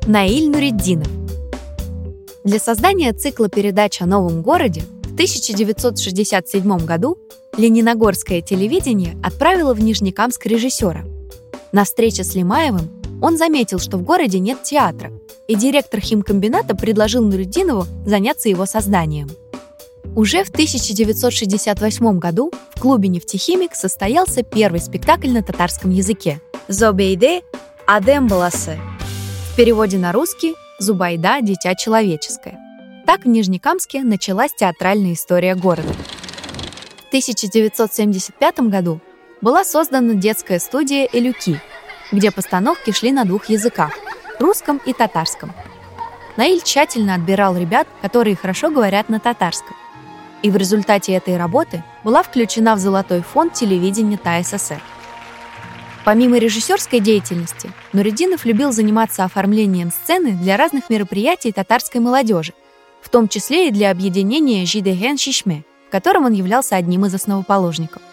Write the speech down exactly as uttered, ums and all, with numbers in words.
Наиль Нуретдинов. Для создания цикла передач о новом городе в тысяча девятьсот шестьдесят седьмом году Лениногорское телевидение отправило в Нижнекамск режиссера. На встрече с Лимаевым он заметил, что в городе нет театра, и директор химкомбината предложил Нуретдинову заняться его созданием. Уже в тысяча девятьсот шестьдесят восьмом году в клубе «Нефтехимик» состоялся первый спектакль на татарском языке «Зобейде Адем Баласе». В переводе на русский «Зубайда. Дитя человеческое». Так в Нижнекамске началась театральная история города. В тысяча девятьсот семьдесят пятом году была создана детская студия «Элюки», где постановки шли на двух языках – русском и татарском. Наиль тщательно отбирал ребят, которые хорошо говорят на татарском. И в результате этой работы была включена в Золотой фонд телевидения ТАССР. Помимо режиссерской деятельности, Нуретдинов любил заниматься оформлением сцены для разных мероприятий татарской молодежи, в том числе и для объединения Жидеген Шишме, в котором он являлся одним из основоположников.